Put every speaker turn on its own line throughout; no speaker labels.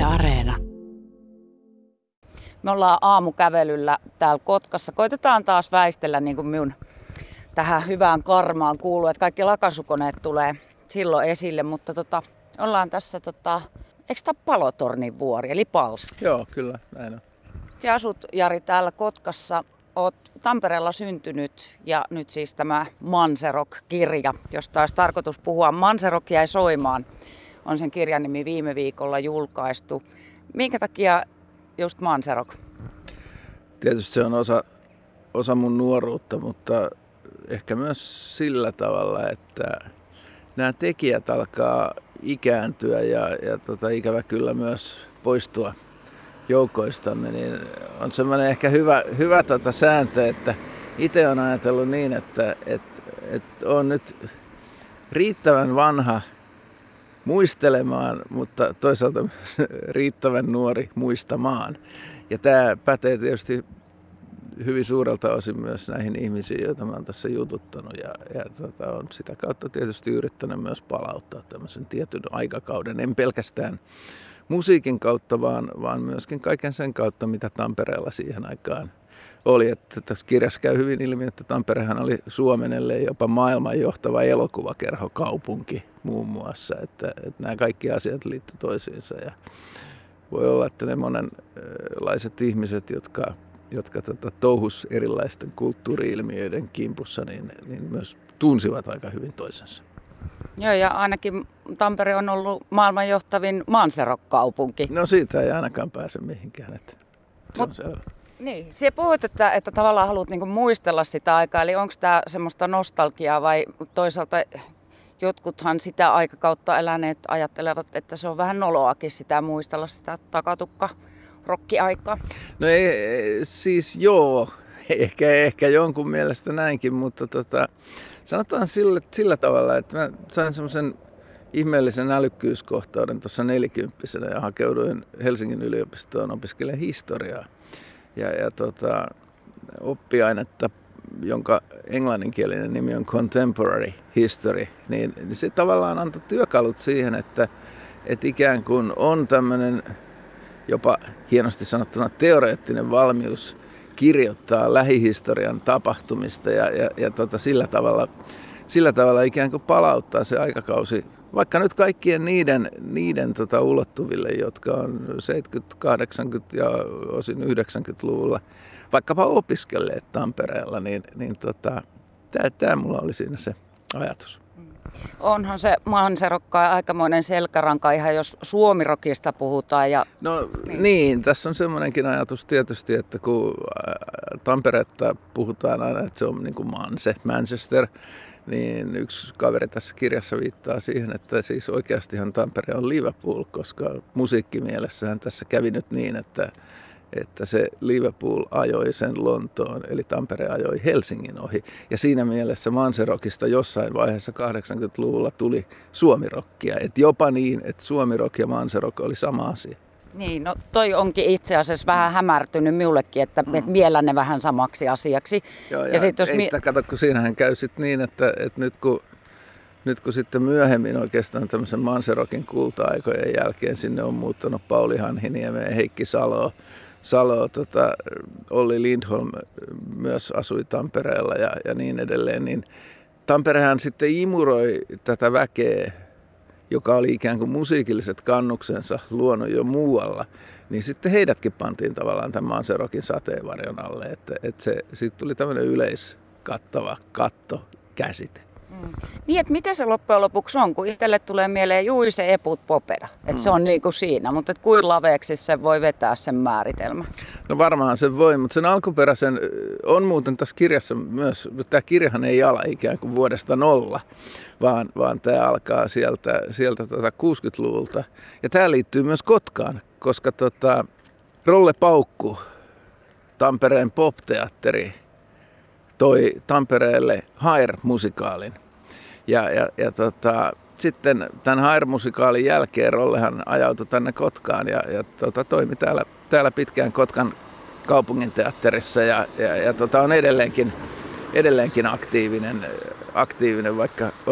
Yle Areena. Me ollaan aamukävelyllä täällä Kotkassa. Koitetaan taas väistellä niin kuin minun tähän hyvään karmaan kuuluu, että kaikki lakasukoneet tulee silloin esille. Mutta ollaan tässä, eikö tämä Palotornin vuori, eli Pals?
Joo, kyllä, näin on.
Sinä asut, Jari, täällä Kotkassa. Olet Tampereella syntynyt ja nyt siis tämä Manserok-kirja, josta olisi tarkoitus puhua. Manserok jäi soimaan, on sen kirjan nimi, viime viikolla julkaistu. Minkä takia just Manserok?
Tietysti se on osa mun nuoruutta, mutta ehkä myös sillä tavalla, että nämä tekijät alkaa ikääntyä ja ikävä kyllä myös poistua joukoistamme, niin on semmoinen ehkä hyvä sääntö, että itse olen ajatellut niin, että on nyt riittävän vanha muistelemaan, mutta toisaalta myös riittävän nuori muistamaan. Ja tämä pätee tietysti hyvin suurelta osin myös näihin ihmisiin, joita mä oon tässä jututtanut. Ja on sitä kautta tietysti yrittänyt myös palauttaa tämmöisen tietyn aikakauden. En pelkästään musiikin kautta, vaan myöskin kaiken sen kautta, mitä Tampereella siihen aikaan oli. Että tässä kirjassa käy hyvin ilmi, että Tamperehan oli Suomen ellei jopa maailman johtava elokuvakerhokaupunki muun muassa. Että nämä kaikki asiat liittyy toisiinsa. Ja voi olla, että ne monenlaiset ihmiset, jotka touhus erilaisten kulttuuri-ilmiöiden kimpussa, niin myös tunsivat aika hyvin toisensa.
Joo, ja ainakin Tampere on ollut maailman johtavin Manserok-kaupunki.
No siitä ei ainakaan pääse mihinkään, että se on selvä.
Niin, sinä puhuit, että tavallaan haluat niinku muistella sitä aikaa, eli onko tämä semmoista nostalgiaa vai toisaalta jotkuthan sitä aikakautta eläneet ajattelevat, että se on vähän noloakin sitä muistella sitä takatukka-rokkiaikaa?
No ei, siis joo, ehkä jonkun mielestä näinkin, mutta sanotaan sillä tavalla, että mä sain semmoisen ihmeellisen älykkyyskohtauden tuossa 40-vuotiaana ja hakeuduin Helsingin yliopistoon opiskelemaan historiaa. Ja oppiainetta, jonka englanninkielinen nimi on Contemporary History, niin se tavallaan antoi työkalut siihen, että ikään kuin on tämmöinen jopa hienosti sanottuna teoreettinen valmius kirjoittaa lähihistorian tapahtumista ja sillä tavalla ikään kuin palauttaa se aikakausi vaikka nyt kaikkien niiden ulottuville, jotka on 70-, 80- ja osin 90-luvulla vaikkapa opiskelleet Tampereella, niin tämä mulla oli siinä se ajatus.
Onhan se Manserokka aikamoinen selkäranka ihan jos suomirokista puhutaan.
No niin, tässä on semmoinenkin ajatus tietysti, että kun Tamperetta puhutaan aina, että se on niin kuin Manchester, niin yksi kaveri tässä kirjassa viittaa siihen, että siis oikeastihan Tampere on Liverpool, koska musiikkimielessähän tässä kävi nyt niin, että se Liverpool ajoi sen Lontoon, eli Tampere ajoi Helsingin ohi. Ja siinä mielessä Manserokista jossain vaiheessa 80-luvulla tuli suomirokkia. Et jopa niin, että suomirok ja Manserok oli sama asia.
Niin, no toi onkin itse asiassa vähän hämärtynyt minullekin, että miellän ne vähän samaksi asiaksi.
Joo, ja sit jos ei sitä kato, kun siinähän käy sitten niin, että nyt kun sitten myöhemmin oikeastaan tämmöisen Manserokin kulta-aikojen jälkeen sinne on muuttanut Pauli Hanhiniemi ja Heikki Salo, Olli Lindholm myös asui Tampereella ja niin edelleen, niin Tamperehan sitten imuroi tätä väkeä, joka oli ikään kuin musiikilliset kannuksensa luonut jo muualla, niin sitten heidätkin pantiin tavallaan tämän Manserokin sateenvarjon alle, että siitä tuli tämmöinen yleiskattava kattokäsite.
Niin, että mitä se loppujen lopuksi on, kun itselle tulee mieleen juuri se eput popera, että se on niin kuin siinä, mutta kuinka laveeksi se voi vetää sen määritelmä?
No varmaan se voi, mutta sen alkuperäisen on muuten tässä kirjassa myös, tämä kirjahan ei ala ikään kuin vuodesta 0, vaan tämä alkaa sieltä 60-luvulta. Ja tämä liittyy myös Kotkaan, koska Rolle Paukku, Tampereen popteatteri, toi Tampereelle Hair-musikaalin. Ja sitten tämän Hair-musikaalin jälkeen Rollehan ajautui tänne Kotkaan ja toimi täällä pitkään Kotkan kaupunginteatterissa ja on edelleenkin aktiivinen, vaikka on jo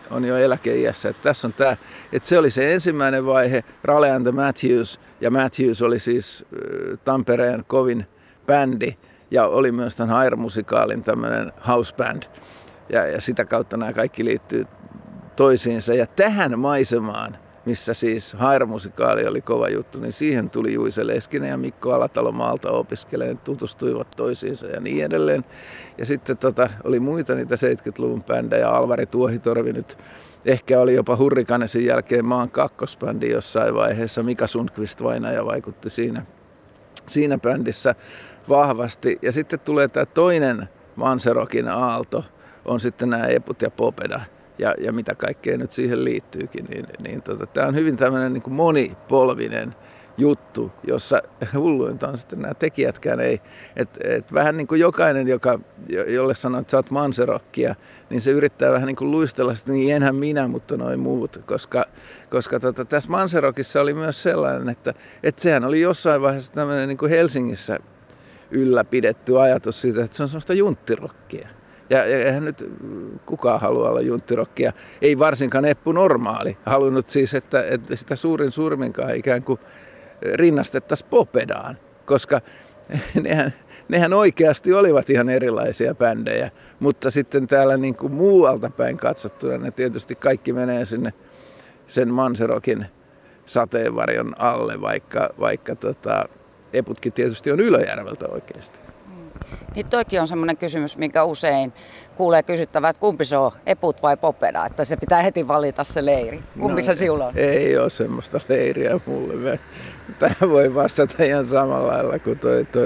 on jo eläkeiässä. Että tässä on tämä, että se oli se ensimmäinen vaihe, Raleigh and the Matthews, ja Matthews oli siis Tampereen kovin bändi, ja oli myös tämän Hair-musikaalin tämmöinen house band. Ja sitä kautta nämä kaikki liittyy toisiinsa. Ja tähän maisemaan, missä siis Hair-musikaali oli kova juttu, niin siihen tuli Juise Leskinen ja Mikko Alatalo Maalta opiskelemaan, tutustuivat toisiinsa ja niin edelleen. Ja sitten oli muita niitä 70-luvun bändejä, Alvari Tuohitorvi nyt ehkä oli jopa Hurrikanesin jälkeen maan kakkosbändi jossain vaiheessa. Mika Sundqvist vainaja vaikutti siinä bändissä vahvasti. Ja sitten tulee tämä toinen Manserokin aalto, on sitten nämä Eput ja Popeda. Ja mitä kaikkea nyt siihen liittyykin, tämä on hyvin tämmöinen niin kuin monipolvinen juttu, jossa hulluinta on sitten nämä tekijätkään ei, että vähän niin kuin jokainen, jolle sanoo, että sä oot manserokkia, niin se yrittää vähän niin kuin luistella, että niin enhän minä, mutta noin muut, koska tässä manserokissa oli myös sellainen, että sehän oli jossain vaiheessa tämmöinen niin kuin Helsingissä ylläpidetty ajatus siitä, että se on semmoista junttirokkia. Ja eihän nyt kukaan halua olla junttirokkia, ei varsinkaan Eppu Normaali halunnut siis, että sitä suurimminkaan ikään kuin rinnastettaisiin Popedaan, koska nehän oikeasti olivat ihan erilaisia bändejä, mutta sitten täällä niin kuin muualta päin katsottuna ne tietysti kaikki menee sinne sen Manserokin sateenvarjon alle, vaikka Eputkin tietysti on Ylöjärveltä oikeasti.
Niin toikin on semmoinen kysymys, minkä usein kuulee kysyttävää, että kumpi se on, Eput vai Popeda, että se pitää heti valita se leiri. Kumpi se sinulla on?
Ei ole semmoista leiriä mulle. Tämä voi vastata ihan samalla lailla kuin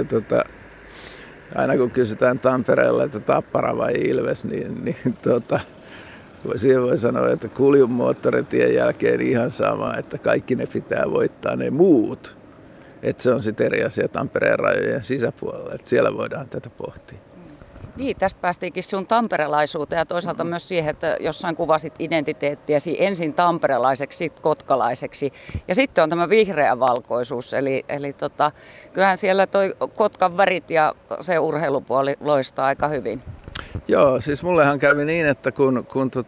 aina kun kysytään Tampereella, että Tappara vai Ilves, niin siihen voi sanoa, että Kuljun moottoritien jälkeen ihan sama, että kaikki ne pitää voittaa ne muut. Että se on sitten eri asia Tampereen rajojen sisäpuolella, että siellä voidaan tätä pohtia.
Niin, tästä päästiinkin sun tamperelaisuuteen ja toisaalta myös siihen, että jossain kuvasit identiteettiäsi ensin tamperelaiseksi, sitten kotkalaiseksi. Ja sitten on tämä vihreä valkoisuus, eli kyllähän siellä toi Kotkan värit ja se urheilupuoli loistaa aika hyvin.
Joo, siis mullehan kävi niin, että kun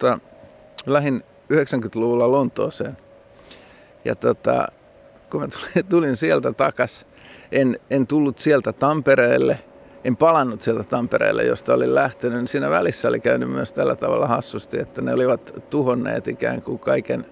lähdin 90-luvulla Lontooseen ja kun mä tulin sieltä takas, en tullut sieltä Tampereelle, en palannut sieltä Tampereelle, josta olin lähtenyt, niin siinä välissä oli käynyt myös tällä tavalla hassusti, että ne olivat tuhonneet ikään kuin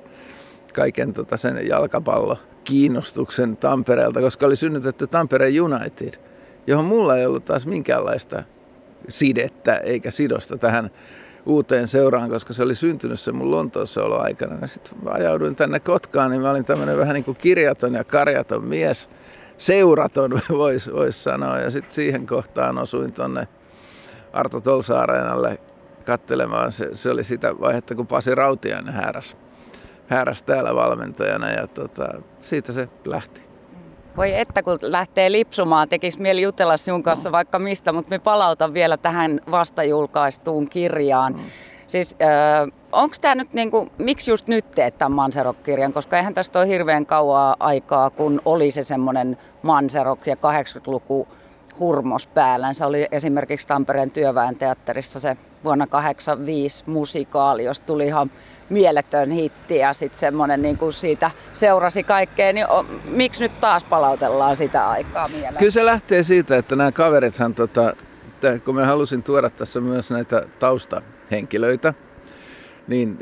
kaiken sen jalkapallokiinnostuksen Tampereelta, koska oli synnytetty Tampereen United, johon mulla ei ollut taas minkäänlaista sidettä eikä sidosta tähän uuteen seuraan, koska se oli syntynyt se mun Lontoossa oloaikana. Ja sitten ajauduin tänne Kotkaan, niin mä olin tämmöinen vähän niin kuin kirjaton ja karjaton mies. Seuraton voisi sanoa. Ja sitten siihen kohtaan osuin tonne Arto Tolsa-areenalle katselemaan. Se oli sitä vaihetta, kun Pasi Rautiainen hääräsi täällä valmentajana ja siitä se lähti.
Voi että kun lähtee lipsumaan, tekisi mieli jutella sinun kanssa vaikka mistä, mutta me palautan vielä tähän vastajulkaistuun kirjaan. Siis onko tämä nyt, miksi just nyt teet tämän Manserok-kirjan, koska eihän tästä ole hirveän kauaa aikaa, kun oli se semmoinen Manserok ja 80-luku hurmos päällä. Se oli esimerkiksi Tampereen Työväen teatterissa se vuonna 1985 musikaali, josta tuli ihan mieletön hitti ja sitten semmoinen niin kuin siitä seurasi kaikkea, niin miksi nyt taas palautellaan sitä aikaa mieleen?
Kyllä se lähtee siitä, että nämä kaverithan, kun mä halusin tuoda tässä myös näitä taustahenkilöitä, niin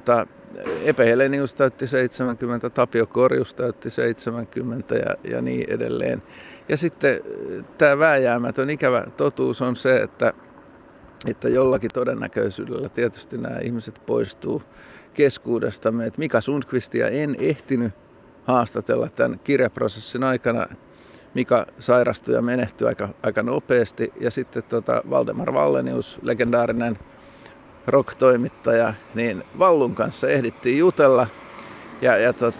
Epe Helenius täytti 70, Tapio Korjus täytti 70 ja niin edelleen. Ja sitten tämä vääjäämätön ikävä totuus on se, että jollakin todennäköisyydellä tietysti nämä ihmiset poistuu keskuudestamme. Että Mika Sundqvistia en ehtinyt haastatella tämän kirjaprosessin aikana. Mika sairastui ja menehtyi aika nopeasti. Ja sitten Valdemar Wallenius, legendaarinen rock-toimittaja, niin Vallun kanssa ehdittiin jutella. Ja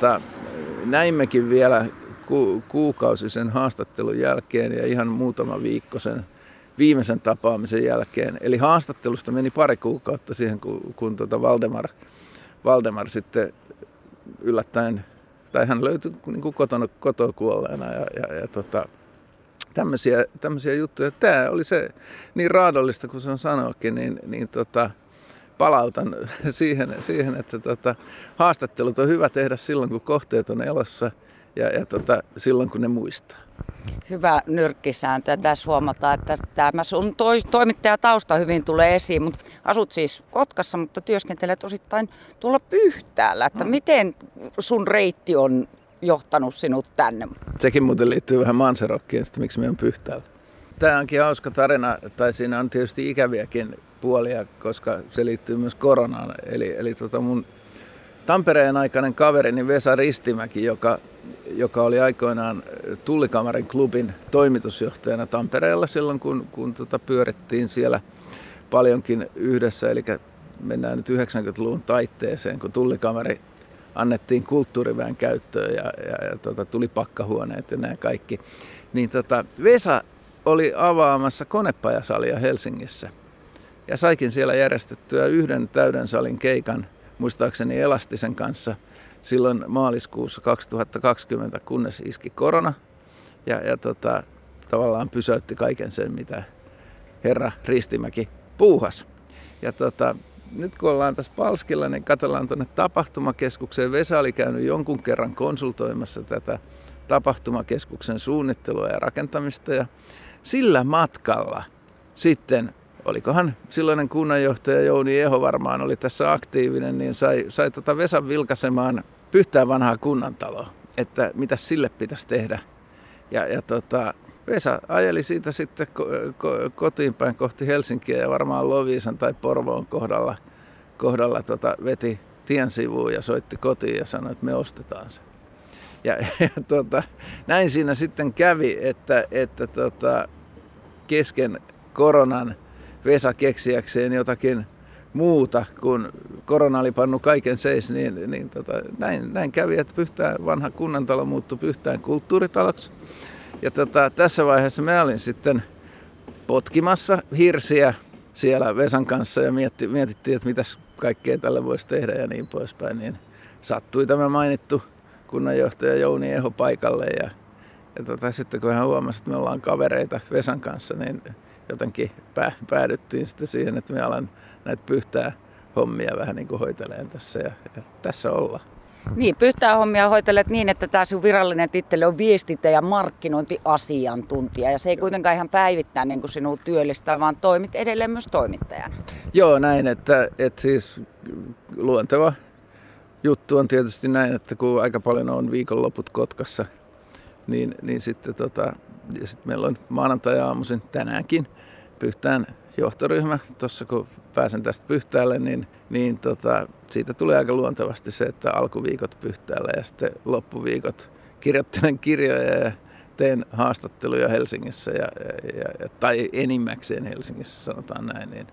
näimmekin vielä kuukausi sen haastattelun jälkeen ja ihan muutama viikko sen viimeisen tapaamisen jälkeen. Eli haastattelusta meni pari kuukautta siihen, kun Valdemar sitten yllättäen, tai hän löytyi niin kuin kotoa kuolleena ja tämmöisiä juttuja. Tämä oli se niin raadollista kuin se on sanoakin, niin palautan siihen että haastattelut on hyvä tehdä silloin, kun kohteet on elossa ja silloin, kun ne muistaa.
Hyvä nyrkkisääntö. Tässä huomataan, että tämä sun toimittajatausta hyvin tulee esiin. Mutta asut siis Kotkassa, mutta työskentelet osittain tuolla Pyhtäällä. Että miten sun reitti on johtanut sinut tänne?
Sekin muuten liittyy vähän Manserockiin, että miksi me on Pyhtäällä. Tämä onkin hauska tarina, tai siinä on tietysti ikäviäkin puolia, koska se liittyy myös koronaan. Eli mun Tampereen aikainen kaverini Vesa Ristimäki, joka oli aikoinaan Tullikamarin klubin toimitusjohtajana Tampereella silloin, kun pyörittiin siellä paljonkin yhdessä. Eli mennään nyt 90-luvun taitteeseen, kun Tullikamari annettiin kulttuuriväen käyttöön ja tuli pakkahuoneet ja nämä kaikki. Niin Vesa oli avaamassa konepajasalia Helsingissä ja saikin siellä järjestettyä yhden täyden salin keikan, muistaakseni Elastisen kanssa, silloin maaliskuussa 2020, kunnes iski korona ja tavallaan pysäytti kaiken sen, mitä herra Ristimäki puuhasi. Ja nyt kun ollaan tässä Palskilla, niin katsellaan tuonne tapahtumakeskukseen. Vesa oli käynyt jonkun kerran konsultoimassa tätä tapahtumakeskuksen suunnittelua ja rakentamista. Ja sillä matkalla sitten, olikohan silloinen kunnanjohtaja Jouni Eho varmaan oli tässä aktiivinen, niin sai Vesan vilkaisemaan Pyhtään vanhaa kunnantaloa, että mitä sille pitäisi tehdä. Ja Vesa ajeli siitä sitten kotiin päin kohti Helsinkiä ja varmaan Loviisan tai Porvoon kohdalla veti tien sivuun ja soitti kotiin ja sanoi, että me ostetaan se. Ja näin siinä sitten kävi, että kesken koronan Vesa keksiäkseen jotakin muuta, kun korona oli pannut kaiken seis, niin näin kävi, että Pyhtään vanha kunnantalo muuttui Pyhtään kulttuuritaloksi. Ja tässä vaiheessa mä olin sitten potkimassa hirsiä siellä Vesan kanssa ja mietittiin, että mitäs kaikkea tällä voisi tehdä ja niin poispäin. Niin sattui tämä mainittu kunnanjohtaja Jouni Eho paikalle ja sitten kun hän huomasi, että me ollaan kavereita Vesan kanssa, niin jotenkin päädyttiin sitten siihen, että me alan näitä Pyhtää hommia vähän niin kuin hoiteleen tässä ja tässä ollaan.
Niin, Pyhtää hommia hoitelet niin, että tämä sinun virallinen titteli on viestintä- ja markkinointiasiantuntija. Ja se ei kuitenkaan ihan päivittäin niin kuin sinua työllistää, vaan toimit edelleen myös toimittajana.
Joo, näin, että siis luonteva juttu on tietysti näin, että kun aika paljon on viikonloput Kotkassa, niin sitten ja sitten meillä on maanantai-aamuisin tänäänkin Pyhtään johtoryhmä. Tuossa kun pääsen tästä Pyhtäälle, niin siitä tulee aika luontevasti se, että alkuviikot Pyhtäällä ja sitten loppuviikot kirjoittelen kirjoja ja teen haastatteluja Helsingissä tai enimmäkseen Helsingissä, sanotaan näin.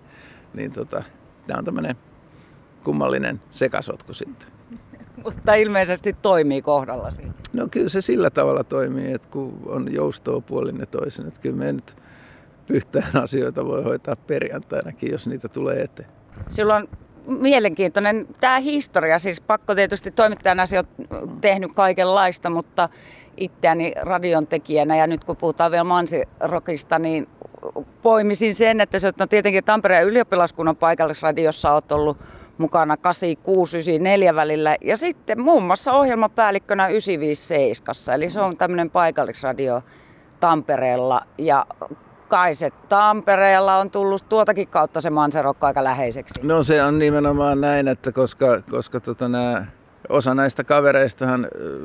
Tämä on tämmöinen kummallinen sekasotku sitten.
Mutta ilmeisesti toimii kohdallasi.
No kyllä se sillä tavalla toimii, että kun on joustoa puolin ja toisin, että kyllä me nyt Pyhtään asioita voi hoitaa perjantainakin, jos niitä tulee eteen.
Silloin mielenkiintoinen tämä historia, siis pakko tietysti toimittajana olet tehnyt kaikenlaista, mutta itseäni radion tekijänä ja nyt kun puhutaan vielä Mansirockista, niin poimisin sen, että sä oot tietenkin Tampereen ylioppilaskunnan paikallisradiossa olet ollut mukana 86-94 välillä ja sitten muun muassa ohjelmapäällikkönä 957, eli se on tämmöinen paikallisradio Tampereella ja kai se Tampereella on tullut tuotakin kautta se Manserokko aika läheiseksi.
No se on nimenomaan näin, että koska osa näistä kavereistahan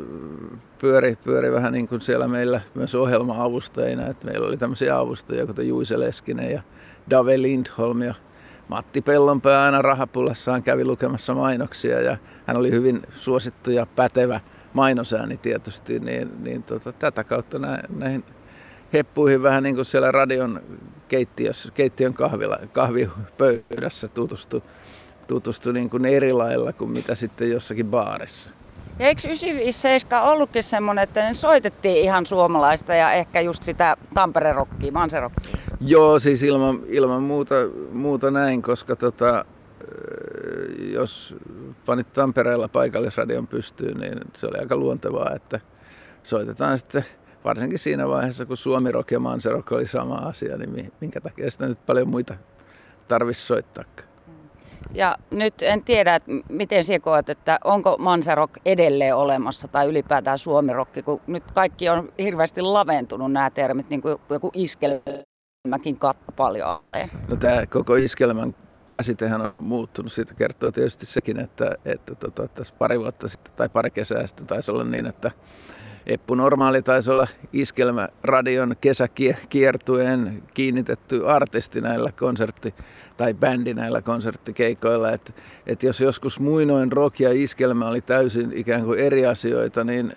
pyöri vähän niin kuin siellä meillä myös ohjelma-avustajina. Että meillä oli tämmöisiä avustajia, kuten Juise Leskinen ja Dave Lindholm ja Matti Pellonpää aina rahapulassaan kävi lukemassa mainoksia ja hän oli hyvin suosittu ja pätevä mainosääni tietysti, niin tätä kautta näihin heppuihin vähän niin kuin siellä radion keittiön kahvipöydässä tutustui niin kuin eri lailla kuin mitä sitten jossakin baarissa.
Ja eikö 957 ollutkin semmoinen, että ne soitettiin ihan suomalaista ja ehkä just sitä Tampere-rockia, Manserockia?
Joo, siis ilman muuta näin, koska jos panit Tampereella paikallisradion pystyyn, niin se oli aika luontevaa, että soitetaan sitten varsinkin siinä vaiheessa, kun Suomi Rock ja Manserock oli sama asia, niin minkä takia sitä nyt paljon muita tarvitsisi soittaakaan.
Ja nyt en tiedä, että miten sinä koet, että onko Manserock edelleen olemassa tai ylipäätään suomirokki, kun nyt kaikki on hirveästi laventunut nämä termit, niin kuin joku iskelmäkin kattaa paljon alle.
No tämä koko iskelmän käsitehän on muuttunut. Siitä kertoo tietysti sekin, että tässä pari vuotta sitten tai pari kesää sitten taisi olla niin, että Eppu Normaali taisi olla Iskelmä-radion kesäkiertueen kiinnitetty artisti näillä tai bändi näillä konserttikeikoilla. Että jos joskus muinoin rock ja iskelmä oli täysin ikään kuin eri asioita, niin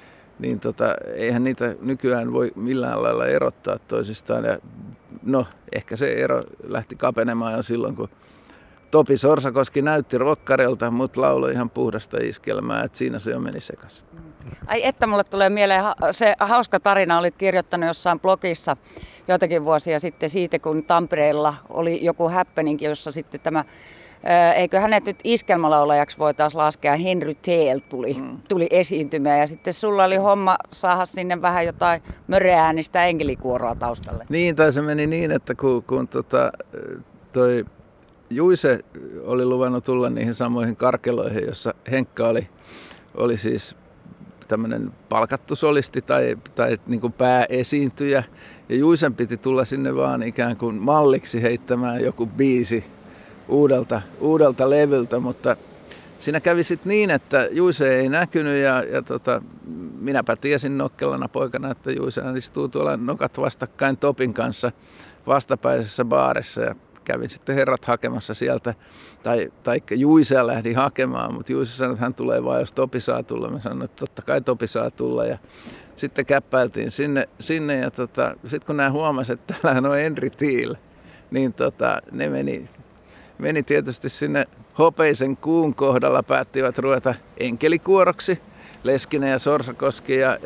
eihän niitä nykyään voi millään lailla erottaa toisistaan. Ja no, ehkä se ero lähti kapenemaan jo silloin, kun Topi Sorsakoski näytti rokkarilta, mutta lauloi ihan puhdasta iskelmää, että siinä se jo meni sekaisin.
Ai että mulle tulee mieleen se hauska tarina, olit kirjoittanut jossain blogissa joitakin vuosia sitten siitä, kun Tampereella oli joku happening, jossa sitten eikö hänet nyt iskelmälaulajaksi voitaisiin laskea, Henry Thiel tuli esiintymään ja sitten sulla oli homma saada sinne vähän jotain möreäänistä enkelikuoroa taustalle.
Niin, tai se meni niin, että kun toi Juise oli luvannut tulla niihin samoihin karkeloihin, jossa Henkka oli siis tämmöinen palkattu solisti tai niin kuin pääesiintyjä. Ja Juisen piti tulla sinne vaan ikään kuin malliksi heittämään joku biisi uudelta levyltä, mutta siinä kävi sitten niin, että Juise ei näkynyt ja minäpä tiesin nokkelana poikana, että Juise istuu tuolla nokat vastakkain Topin kanssa vastapäisessä baarissa ja kävin sitten herrat hakemassa sieltä, tai Juisea lähdin hakemaan, mutta Juise sanoi, että hän tulee vaan, jos Topi saa tulla. Mä sanoin, että totta kai Topi saa tulla. Ja sitten käppäiltiin sinne ja sitten kun nämä huomasivat, että täällähän on Henry Thiel, niin ne meni tietysti sinne Hopeisen kuun kohdalla, päättivät ruveta enkelikuoroksi, Leskinen ja Sorsakoski ja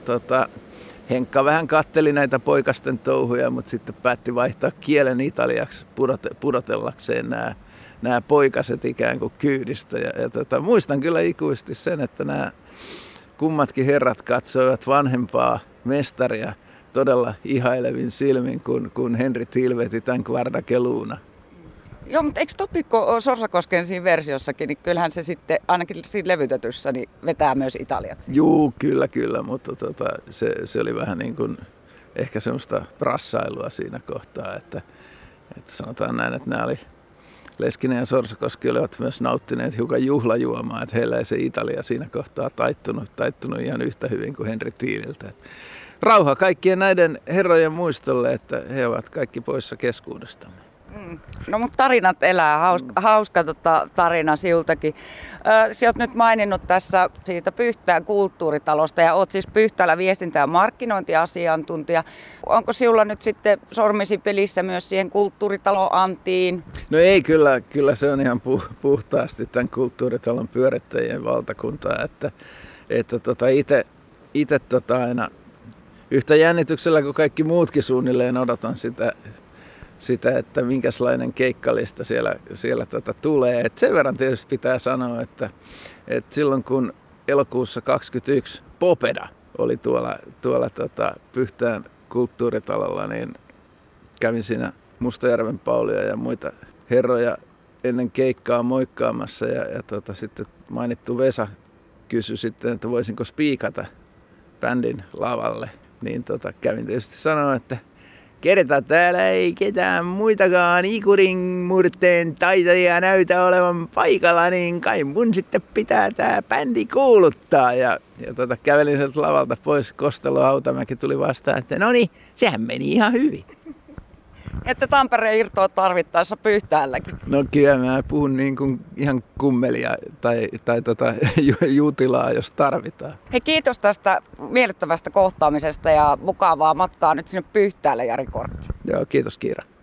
Henkka vähän katteli näitä poikasten touhuja, mutta sitten päätti vaihtaa kielen italiaksi pudotellakseen nämä poikaset ikään kuin kyydistä. Muistan kyllä ikuisesti sen, että nämä kummatkin herrat katsoivat vanhempaa mestaria todella ihailevin silmin, kun Henry Thiel veti tämän Guarda che Luna.
Joo, mutta eikö Topikko Sorsakosken siinä versiossakin, niin kyllähän se sitten ainakin siinä levytetyssä niin vetää myös italiaksi?
Juu, kyllä, mutta se oli vähän niin kuin ehkä semmoista brassailua siinä kohtaa, että sanotaan näin, että nämä oli Leskinen ja Sorsakoski olivat myös nauttineet hiukan juhlajuomaa, että heillä ei se Italia siinä kohtaa taittunut ihan yhtä hyvin kuin Henry Thieliltä. Rauha kaikkien näiden herrojen muistolle, että he ovat kaikki poissa keskuudestamme.
No mutta tarinat elää, hauska tarina sinultakin. Sinä olet nyt maininnut tässä siitä Pyhtään kulttuuritalosta ja olet siis Pyhtäällä viestintä- ja markkinointiasiantuntija. Onko sinulla nyt sitten sormisi pelissä myös siihen kulttuuritalon antiin?
No ei, kyllä se on ihan puhtaasti tämän kulttuuritalon pyörittäjien valtakuntaa, että itse aina yhtä jännityksellä kuin kaikki muutkin suunnilleen odotan sitä, että minkälainen keikkalista siellä tulee. Et sen verran tietysti pitää sanoa, että silloin kun elokuussa 2021 Popeda oli tuolla Pyhtään kulttuuritalolla, niin kävin siinä Mustajärven Paulia ja muita herroja ennen keikkaa moikkaamassa ja sitten mainittu Vesa kysyi sitten, että voisinko spiikata bändin lavalle. Niin kävin tietysti sanoa, että kerta täällä ei ketään muitakaan ikurin murteen taitajia näytä olevan paikalla, niin kai mun sitten pitää tää bändi kuuluttaa. Ja kävelin sieltä lavalta pois, Kostelo Hautamäki tuli vastaan, että no niin, sehän meni ihan hyvin.
Että Tampereen irtoa tarvittaessa Pyhtäälläkin.
No kyllä mä puhun niin kuin ihan kummelia tai jutilaa, jos tarvitaan.
Hei, kiitos tästä miellyttävästä kohtaamisesta ja mukavaa matkaa nyt sinne Pyhtäälle, Jari Korkki.
Joo, kiitos Kiira.